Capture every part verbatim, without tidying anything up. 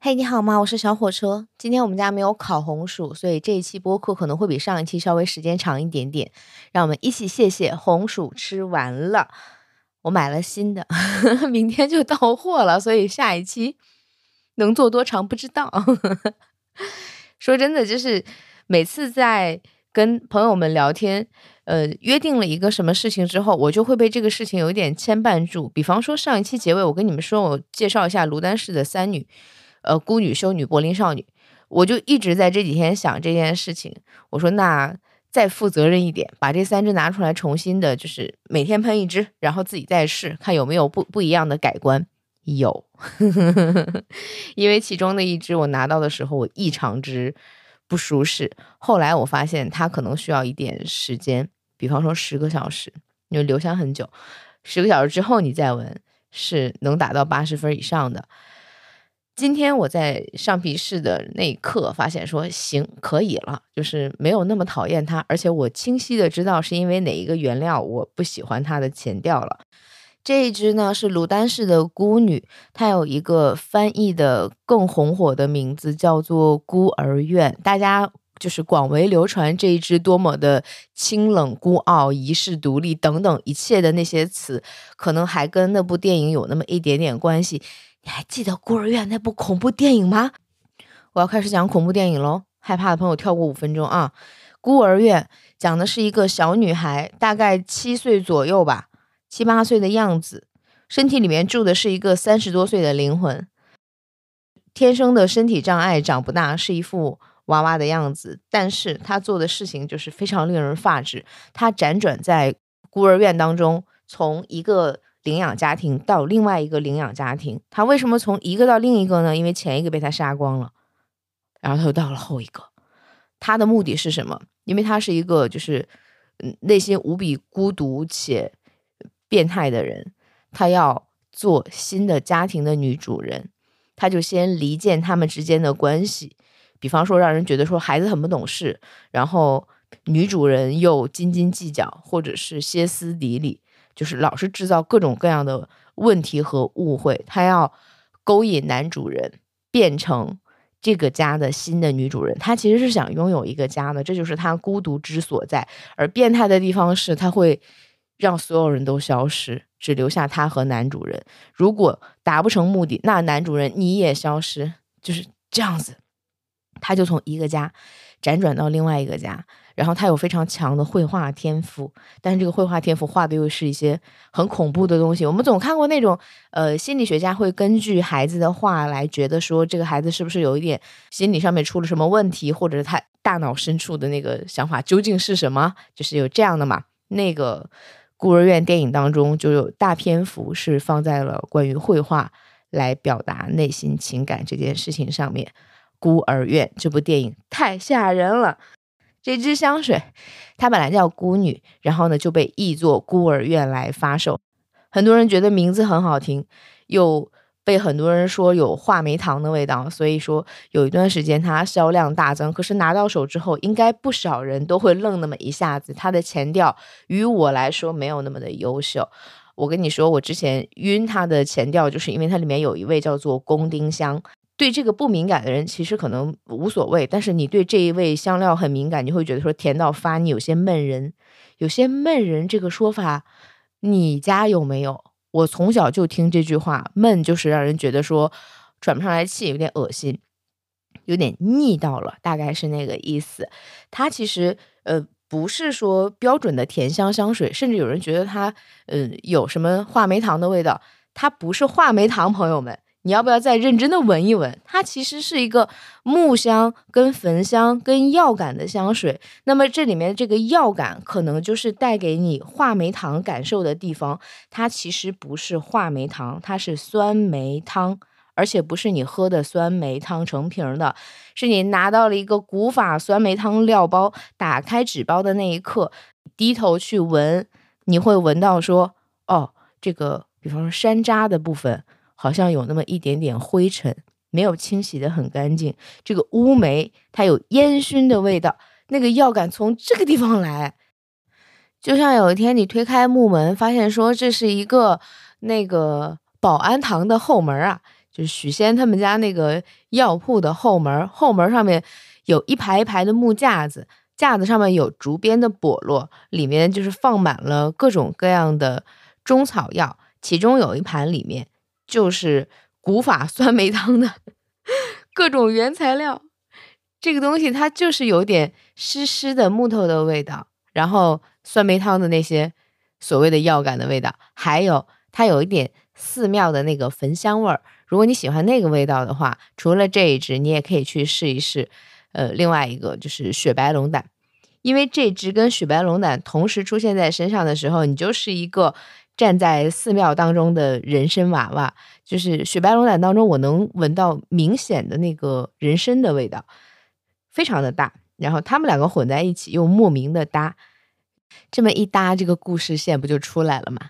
嘿，你好吗？我是小火车。今天我们家没有烤红薯，所以这一期播客可能会比上一期稍微时间长一点点。让我们一起谢谢红薯吃完了，我买了新的，明天就到货了，所以下一期能做多长不知道。说真的，就是每次在跟朋友们聊天，呃，约定了一个什么事情之后，我就会被这个事情有一点牵绊住。比方说上一期结尾，我跟你们说，我介绍一下卢丹氏的三女。呃，孤女、修女、柏林少女，我就一直在这几天想这件事情。我说，那再负责任一点，把这三支拿出来，重新的，就是每天喷一支，然后自己再试，看有没有不不一样的改观。有，因为其中的一支我拿到的时候，我异常之不舒适。后来我发现它可能需要一点时间，比方说十个小时，因为留香很久，十个小时之后你再闻，是能达到八十分以上的。今天我在上皮试的那一刻发现说行可以了，就是没有那么讨厌它，而且我清晰的知道是因为哪一个原料我不喜欢它的前调了。这一支呢是卢丹氏的孤女，它有一个翻译的更红火的名字叫做孤儿院，大家就是广为流传这一支多么的清冷孤傲、遗世独立等等一切的那些词，可能还跟那部电影有那么一点点关系。你还记得孤儿院那部恐怖电影吗？我要开始讲恐怖电影咯，害怕的朋友跳过五分钟啊。孤儿院讲的是一个小女孩，大概七岁左右吧，七八岁的样子，身体里面住的是一个三十多岁的灵魂，天生的身体障碍，长不大，是一副娃娃的样子，但是她做的事情就是非常令人发指。她辗转在孤儿院当中，从一个领养家庭到另外一个领养家庭，他为什么从一个到另一个呢？因为前一个被他杀光了，然后他又到了后一个。他的目的是什么？因为他是一个就是内心无比孤独且变态的人，他要做新的家庭的女主人，他就先离间他们之间的关系，比方说让人觉得说孩子很不懂事，然后女主人又斤斤计较，或者是歇斯底里，就是老是制造各种各样的问题和误会。他要勾引男主人变成这个家的新的女主人，他其实是想拥有一个家的，这就是他孤独之所在。而变态的地方是他会让所有人都消失，只留下他和男主人。如果达不成目的，那男主人你也消失，就是这样子。他就从一个家辗转到另外一个家，然后他有非常强的绘画天赋，但是这个绘画天赋画的又是一些很恐怖的东西。我们总看过那种呃心理学家会根据孩子的画来觉得说这个孩子是不是有一点心理上面出了什么问题，或者是他大脑深处的那个想法究竟是什么，就是有这样的嘛。那个孤儿院电影当中就有大篇幅是放在了关于绘画来表达内心情感这件事情上面。孤儿院这部电影太吓人了，这支香水它本来叫孤女，然后呢就被译作孤儿院来发售。很多人觉得名字很好听，又被很多人说有话梅糖的味道，所以说有一段时间它销量大增。可是拿到手之后，应该不少人都会愣那么一下子，它的前调于我来说没有那么的优秀。我跟你说，我之前晕它的前调，就是因为它里面有一味叫做宫丁香。对这个不敏感的人其实可能无所谓，但是你对这一味香料很敏感，你会觉得说甜到发腻，有些闷人。有些闷人这个说法你家有没有？我从小就听这句话，闷就是让人觉得说喘不上来气，有点恶心，有点腻到了，大概是那个意思。它其实呃不是说标准的甜香香水，甚至有人觉得它呃有什么话梅糖的味道，它不是话梅糖，朋友们。你要不要再认真的闻一闻？它其实是一个木香跟焚香跟药感的香水，那么这里面这个药感可能就是带给你话梅糖感受的地方，它其实不是话梅糖，它是酸梅汤，而且不是你喝的酸梅汤成瓶的，是你拿到了一个古法酸梅汤料包，打开纸包的那一刻低头去闻，你会闻到说哦，这个比方说山楂的部分好像有那么一点点灰尘，没有清洗的很干净。这个乌梅它有烟熏的味道，那个药感从这个地方来。就像有一天你推开木门，发现说这是一个那个保安堂的后门啊， 就是许仙他们家那个药铺的后门，后门上面有一排一排的木架子，架子上面有竹编的笸箩，里面就是放满了各种各样的中草药，其中有一盘里面就是古法酸梅汤的各种原材料。这个东西它就是有点湿湿的木头的味道，然后酸梅汤的那些所谓的药感的味道，还有它有一点寺庙的那个焚香味儿。如果你喜欢那个味道的话，除了这一支你也可以去试一试呃，另外一个就是雪白龙胆。因为这支跟雪白龙胆同时出现在身上的时候，你就是一个站在寺庙当中的人参娃娃。就是雪白龙胆当中我能闻到明显的那个人参的味道，非常的大，然后他们两个混在一起又莫名的搭，这么一搭这个故事线不就出来了吗？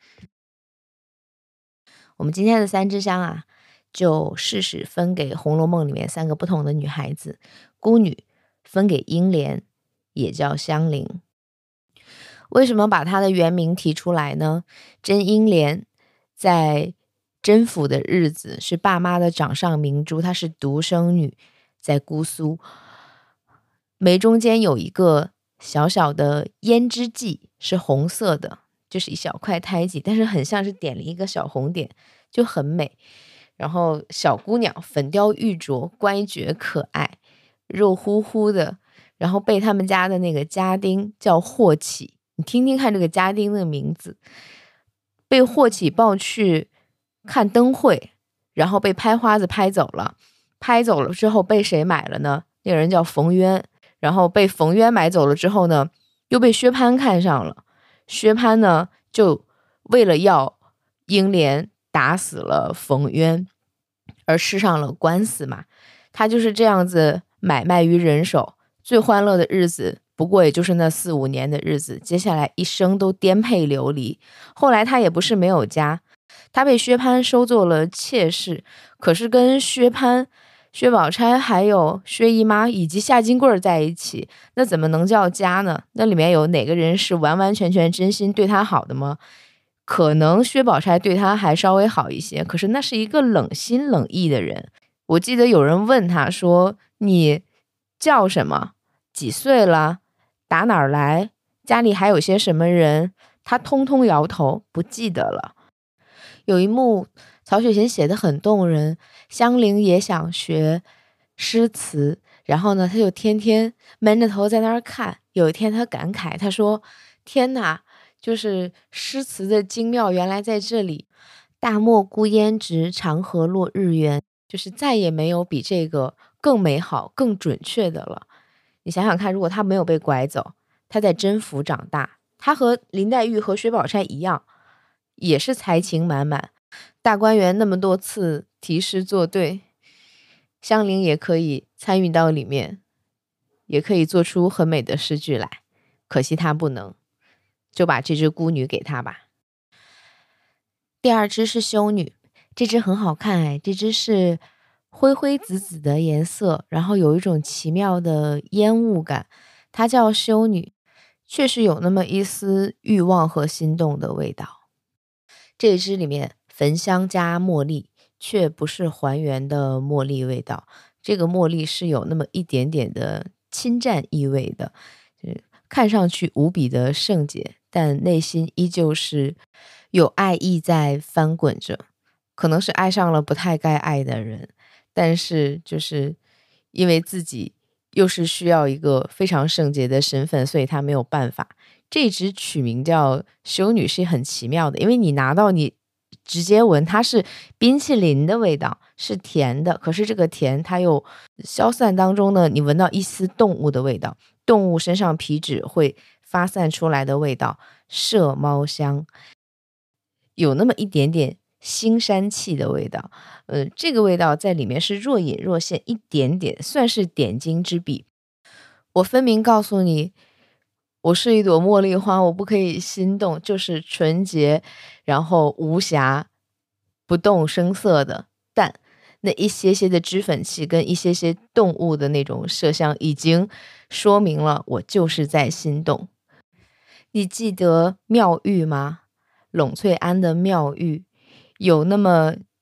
我们今天的三支香啊，就试试分给《红楼梦》里面三个不同的女孩子。孤女分给英莲，也叫香菱。为什么把她的原名提出来呢？甄英莲在甄府的日子是爸妈的掌上明珠，她是独生女，在姑苏眉中间有一个小小的胭脂记，是红色的，就是一小块胎记，但是很像是点了一个小红点，就很美。然后小姑娘粉雕玉琢，乖觉可爱，肉乎乎的，然后被他们家的那个家丁叫霍启，你听听看这个家丁的名字，被霍启抱去看灯会，然后被拍花子拍走了，拍走了之后被谁买了呢？那个人叫冯渊，然后被冯渊买走了之后呢，又被薛蟠看上了，薛蟠呢就为了要英莲打死了冯渊而吃上了官司嘛。他就是这样子买卖于人手，最欢乐的日子不过也就是那四五年的日子，接下来一生都颠沛流离。后来他也不是没有家，他被薛蟠收做了妾室，可是跟薛蟠、薛宝钗还有薛姨妈以及夏金桂在一起，那怎么能叫家呢？那里面有哪个人是完完全全真心对他好的吗？可能薛宝钗对他还稍微好一些，可是那是一个冷心冷意的人。我记得有人问他说，你叫什么？几岁了？打哪儿来？家里还有些什么人？他通通摇头，不记得了。有一幕曹雪芹写得很动人，香菱也想学诗词，然后呢他就天天闷着头在那儿看。有一天他感慨，他说，天哪，就是诗词的精妙原来在这里，大漠孤烟直，长河落日圆，就是再也没有比这个更美好更准确的了。你想想看，如果他没有被拐走，他在甄府长大，他和林黛玉和薛宝钗一样，也是才情满满，大观园那么多次题诗作对，香菱也可以参与到里面，也可以做出很美的诗句来，可惜他不能，就把这只孤女给他吧。第二只是修女，这只很好看哎，这只是灰灰紫紫的颜色，然后有一种奇妙的烟雾感，它叫修女，确实有那么一丝欲望和心动的味道。这一支里面焚香加茉莉，却不是还原的茉莉味道，这个茉莉是有那么一点点的侵占意味的，看上去无比的圣洁，但内心依旧是有爱意在翻滚着，可能是爱上了不太该爱的人，但是就是因为自己又是需要一个非常圣洁的身份，所以他没有办法。这支取名叫修女是很奇妙的，因为你拿到你直接闻，它是冰淇淋的味道，是甜的，可是这个甜它又消散当中呢，你闻到一丝动物的味道，动物身上皮脂会发散出来的味道，麝猫香，有那么一点点腥膻气的味道，呃，这个味道在里面是若隐若现一点点，算是点睛之笔。我分明告诉你，我是一朵茉莉花，我不可以心动，就是纯洁，然后无瑕，不动声色的，但那一些些的脂粉气跟一些些动物的那种麝香，已经说明了我就是在心动。你记得妙玉吗？栊翠庵的妙玉有那么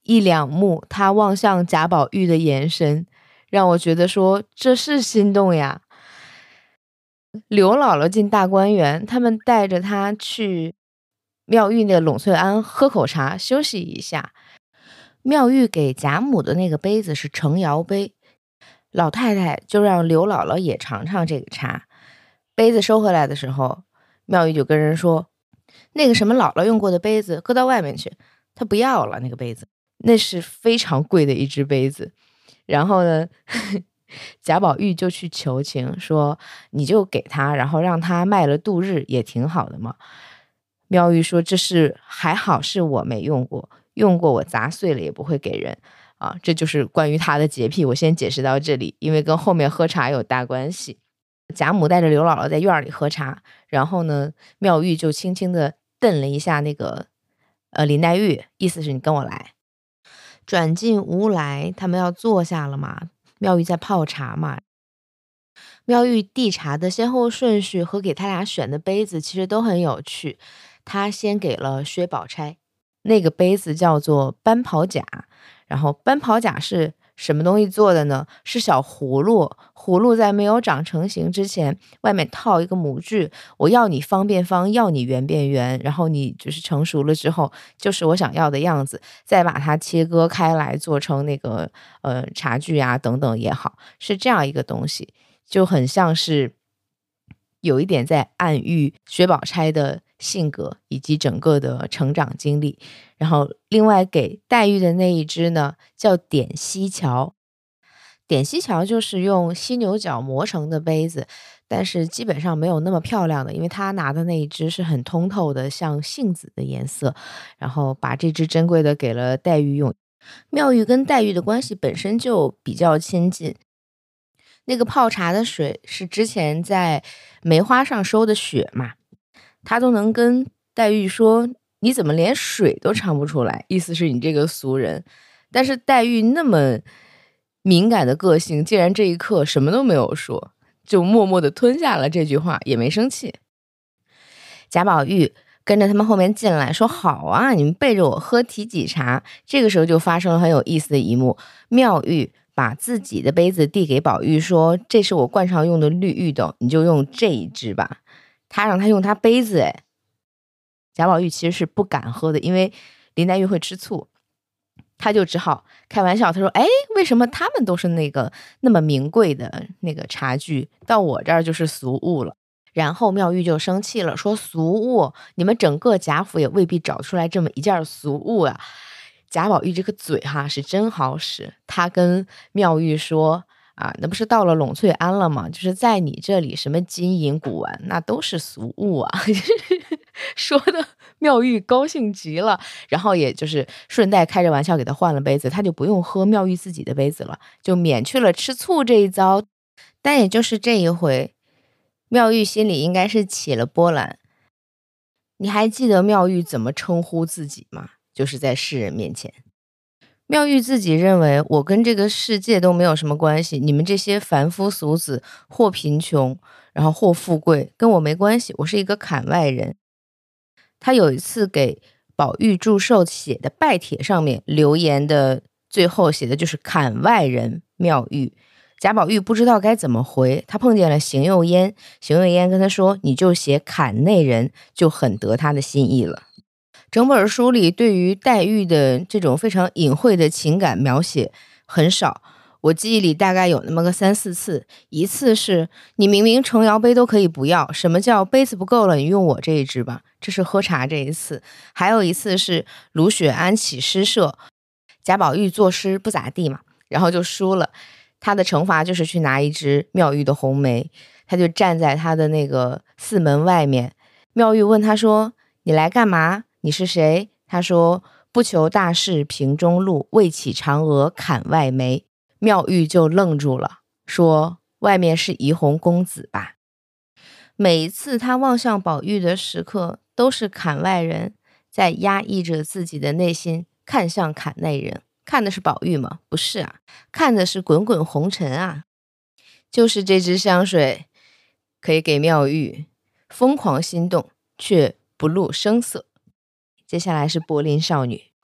一两幕他望向贾宝玉的眼神，让我觉得说这是心动呀。刘姥姥进大观园，他们带着他去妙玉那个栊翠庵喝口茶休息一下。妙玉给贾母的那个杯子是成窑杯，老太太就让刘姥姥也尝尝这个茶。杯子收回来的时候，妙玉就跟人说，那个什么姥姥用过的杯子搁到外面去，她不要了那个杯子，那是非常贵的一只杯子。然后呢贾宝玉就去求情说，你就给他，然后让他卖了度日也挺好的嘛。妙玉说，这是还好是我没用过，用过我砸碎了也不会给人啊。这就是关于他的洁癖，我先解释到这里，因为跟后面喝茶有大关系。贾母带着刘姥姥在院里喝茶，然后呢妙玉就轻轻的瞪了一下那个呃林黛玉，意思是你跟我来。转进屋来，他们要坐下了嘛，妙玉在泡茶嘛。妙玉递茶的先后顺序和给他俩选的杯子其实都很有趣。他先给了薛宝钗，那个杯子叫做斑袍甲，然后斑袍甲是什么东西做的呢？是小葫芦，葫芦在没有长成型之前，外面套一个模具，我要你方变方，要你圆变圆，然后你就是成熟了之后，就是我想要的样子，再把它切割开来做成那个呃茶具啊等等也好，是这样一个东西，就很像是有一点在暗喻薛宝钗的性格以及整个的成长经历。然后另外给黛玉的那一只呢叫点溪桥，点溪桥就是用犀牛角磨成的杯子，但是基本上没有那么漂亮的，因为他拿的那一只是很通透的像杏子的颜色，然后把这只珍贵的给了黛玉用。妙玉跟黛玉的关系本身就比较亲近，那个泡茶的水是之前在梅花上收的雪嘛，他都能跟黛玉说，你怎么连水都尝不出来，意思是你这个俗人。但是黛玉那么敏感的个性，竟然这一刻什么都没有说，就默默地吞下了这句话，也没生气。贾宝玉跟着他们后面进来说，好啊，你们背着我喝提几茶。这个时候就发生了很有意思的一幕，妙玉把自己的杯子递给宝玉说，这是我惯常用的绿玉豆，你就用这一支吧。他让他用他杯子，诶贾宝玉其实是不敢喝的，因为林黛玉会吃醋，他就只好开玩笑，他说，哎，为什么他们都是那个那么名贵的那个茶具，到我这儿就是俗物了。然后妙玉就生气了，说，俗物，你们整个贾府也未必找出来这么一件俗物啊。贾宝玉这个嘴哈是真好使，他跟妙玉说啊，那不是到了栊翠庵了吗？就是在你这里什么金银古玩那都是俗物啊。说的妙玉高兴极了，然后也就是顺带开着玩笑给他换了杯子，他就不用喝妙玉自己的杯子了，就免去了吃醋这一遭。但也就是这一回，妙玉心里应该是起了波澜。你还记得妙玉怎么称呼自己吗？就是在世人面前，妙玉自己认为，我跟这个世界都没有什么关系，你们这些凡夫俗子，或贫穷然后或富贵，跟我没关系，我是一个坎外人。他有一次给宝玉祝寿写的拜帖上面留言的最后写的就是坎外人妙玉。贾宝玉不知道该怎么回，他碰见了邢岫烟，邢岫烟跟他说，你就写坎内人，就很得他的心意了。整本书里对于黛玉的这种非常隐晦的情感描写很少，我记忆里大概有那么个三四次。一次是你明明成窑杯都可以不要，什么叫杯子不够了，你用我这一支吧，这是喝茶这一次。还有一次是卢雪庵起诗社，贾宝玉作诗不咋地嘛，然后就输了，他的惩罚就是去拿一支妙玉的红梅，他就站在他的那个寺门外面。妙玉问他说，你来干嘛？你是谁？他说，不求大事平中路，为起嫦娥坎外梅。妙玉就愣住了，说，外面是怡红公子吧。每一次他望向宝玉的时刻，都是坎外人在压抑着自己的内心，看向坎内人。看的是宝玉吗？不是啊，看的是滚滚红尘啊。就是这支香水可以给妙玉疯狂心动，却不露声色。接下来是柏林少女。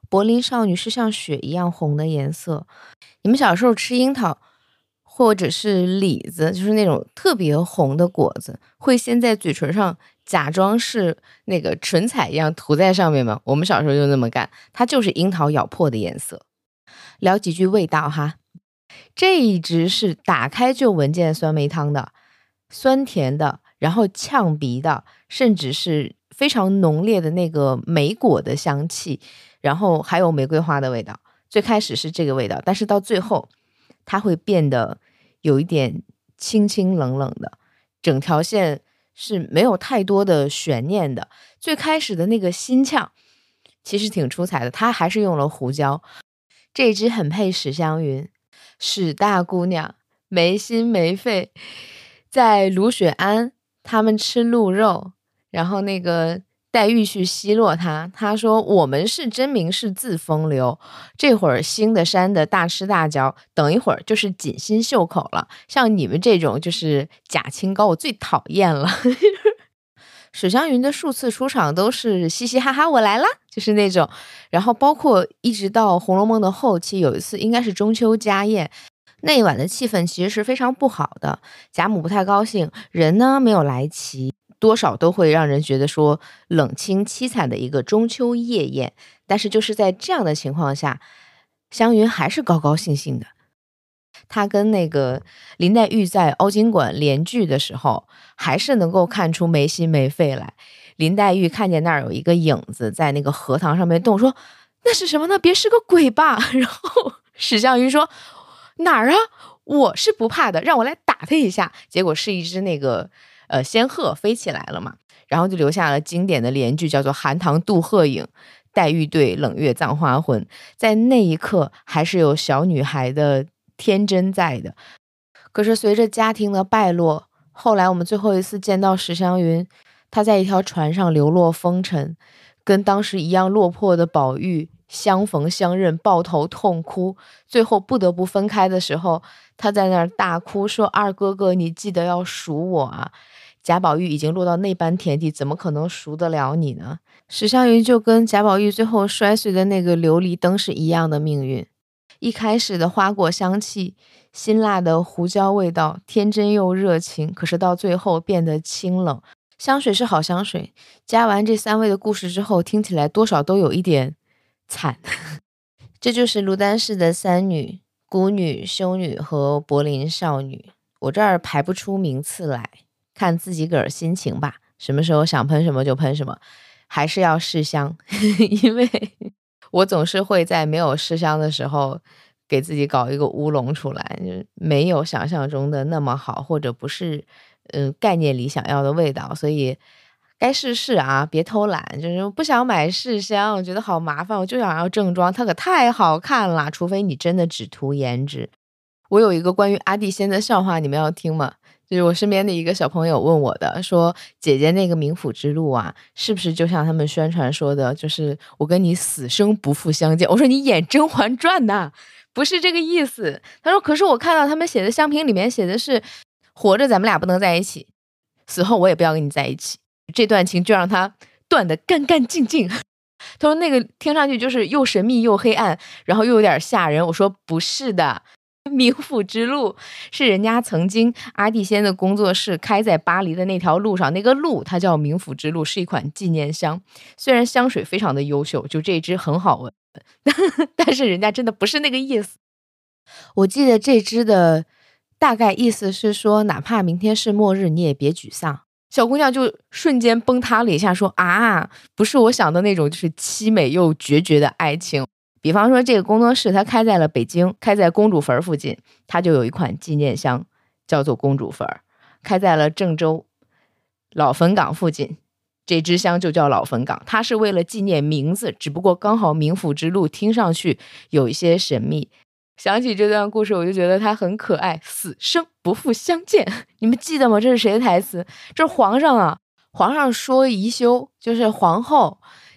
柏林少女是像雪一样红的颜色。你们小时候吃樱桃或者是李子，就是那种特别红的果子，会先在嘴唇上假装是那个唇彩一样涂在上面吗？我们小时候就那么干，它就是樱桃咬破的颜色。聊几句味道哈，这一支是打开就闻见酸梅汤的，酸甜的，然后呛鼻的，甚至是非常浓烈的那个莓果的香气，然后还有玫瑰花的味道。最开始是这个味道，但是到最后它会变得有一点清清冷冷的，整条线是没有太多的悬念的。最开始的那个辛呛其实挺出彩的，它还是用了胡椒。这支很配史湘云，史大姑娘没心没肺，在卢雪庵他们吃鹿肉，然后那个黛玉去奚落他，他说我们是真名是自风流，这会儿新的山的大吃大嚼，等一会儿就是锦心绣口了，像你们这种就是假清高，我最讨厌了。史湘云的数次出场都是嘻嘻哈哈我来了，就是那种，然后包括一直到《红楼梦》的后期，有一次应该是中秋家宴，那一晚的气氛其实是非常不好的，贾母不太高兴，人呢没有来齐，多少都会让人觉得说冷清凄惨的一个中秋夜宴。但是就是在这样的情况下，湘云还是高高兴兴的。他跟那个林黛玉在凹晶馆联句的时候，还是能够看出没心没肺来。林黛玉看见那儿有一个影子在那个荷塘上面动，说那是什么呢？别是个鬼吧？然后史湘云说哪儿啊？我是不怕的，让我来打他一下。结果是一只那个呃仙鹤飞起来了嘛，然后就留下了经典的联句，叫做寒塘渡鹤影，黛玉对冷月葬花魂。在那一刻还是有小女孩的天真在的。可是随着家庭的败落，后来我们最后一次见到史湘云，她在一条船上流落风尘，跟当时一样落魄的宝玉相逢相认，抱头痛哭，最后不得不分开的时候，她在那儿大哭说二哥哥你记得要赎我啊。贾宝玉已经落到那般田地，怎么可能赎得了你呢？史湘云就跟贾宝玉最后摔碎的那个琉璃灯是一样的命运。一开始的花果香气，辛辣的胡椒味道，天真又热情，可是到最后变得清冷。香水是好香水，加完这三位的故事之后，听起来多少都有一点惨。这就是卢丹氏的三女：孤女、修女和柏林少女。我这儿排不出名次来，看自己个儿心情吧，什么时候想喷什么就喷什么，还是要试香。因为我总是会在没有试香的时候给自己搞一个乌龙出来，就是没有想象中的那么好，或者不是嗯、呃、概念里想要的味道，所以该试试啊，别偷懒，就是不想买试香，我觉得好麻烦，我就想要正装，它可太好看了，除非你真的只图颜值。我有一个关于阿蒂仙的笑话，你们要听吗？就是我身边的一个小朋友问我的，说姐姐那个冥府之路啊，是不是就像他们宣传说的，就是我跟你死生不复相见？我说你演甄嬛传呐，不是这个意思。他说可是我看到他们写的香评里面写的是活着咱们俩不能在一起，死后我也不要跟你在一起，这段情就让他断得干干净净。他说那个听上去就是又神秘又黑暗，然后又有点吓人。我说不是的，冥府之路是人家曾经阿蒂仙的工作室开在巴黎的那条路上，那个路它叫冥府之路，是一款纪念香。虽然香水非常的优秀，就这一支很好闻，但是人家真的不是那个意思。我记得这支的大概意思是说，哪怕明天是末日你也别沮丧。小姑娘就瞬间崩塌了一下，说啊，不是我想的那种就是凄美又决绝的爱情。比方说这个工作室它开在了北京，开在公主坟附近，它就有一款纪念香叫做公主坟。开在了郑州老坟岗附近，这支香就叫老坟岗，它是为了纪念名字，只不过刚好冥府之路听上去有一些神秘。想起这段故事我就觉得它很可爱，死生不复相见，你们记得吗？这是谁的台词？这是皇上啊，皇上说宜修，就是皇后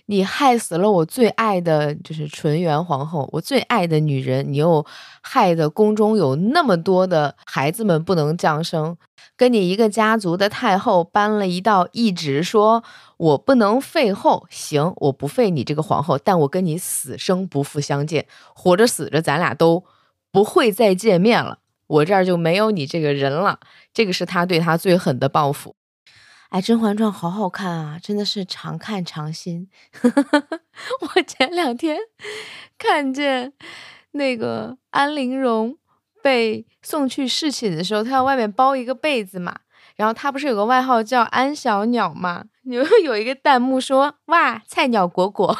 你害死了我最爱的就是纯元皇后，我最爱的女人，你又害得宫中有那么多的孩子们不能降生，跟你一个家族的太后颁了一道懿旨，说我不能废后，行，我不废你这个皇后，但我跟你死生不复相见，活着死着咱俩都不会再见面了，我这儿就没有你这个人了。这个是他对他最狠的报复。哎，《甄嬛传》好好看啊，真的是常看常新。我前两天看见那个安陵容被送去侍寝的时候，她在外面包一个被子嘛，然后她不是有个外号叫安小鸟嘛，有有一个弹幕说哇菜鸟果果，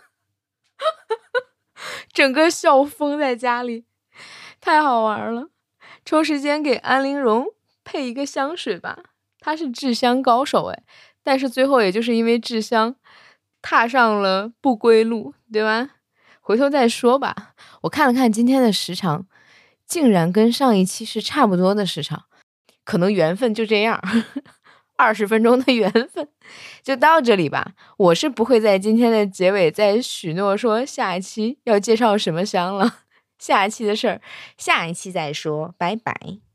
整个笑疯在家里，太好玩了。抽时间给安陵容配一个香水吧，他是制香高手哎，但是最后也就是因为制香踏上了不归路，对吧？回头再说吧。我看了看今天的时长，竟然跟上一期是差不多的时长，可能缘分就这样，二十分钟的缘分就到这里吧。我是不会在今天的结尾再许诺说下一期要介绍什么香了，下一期的事儿下一期再说，拜拜。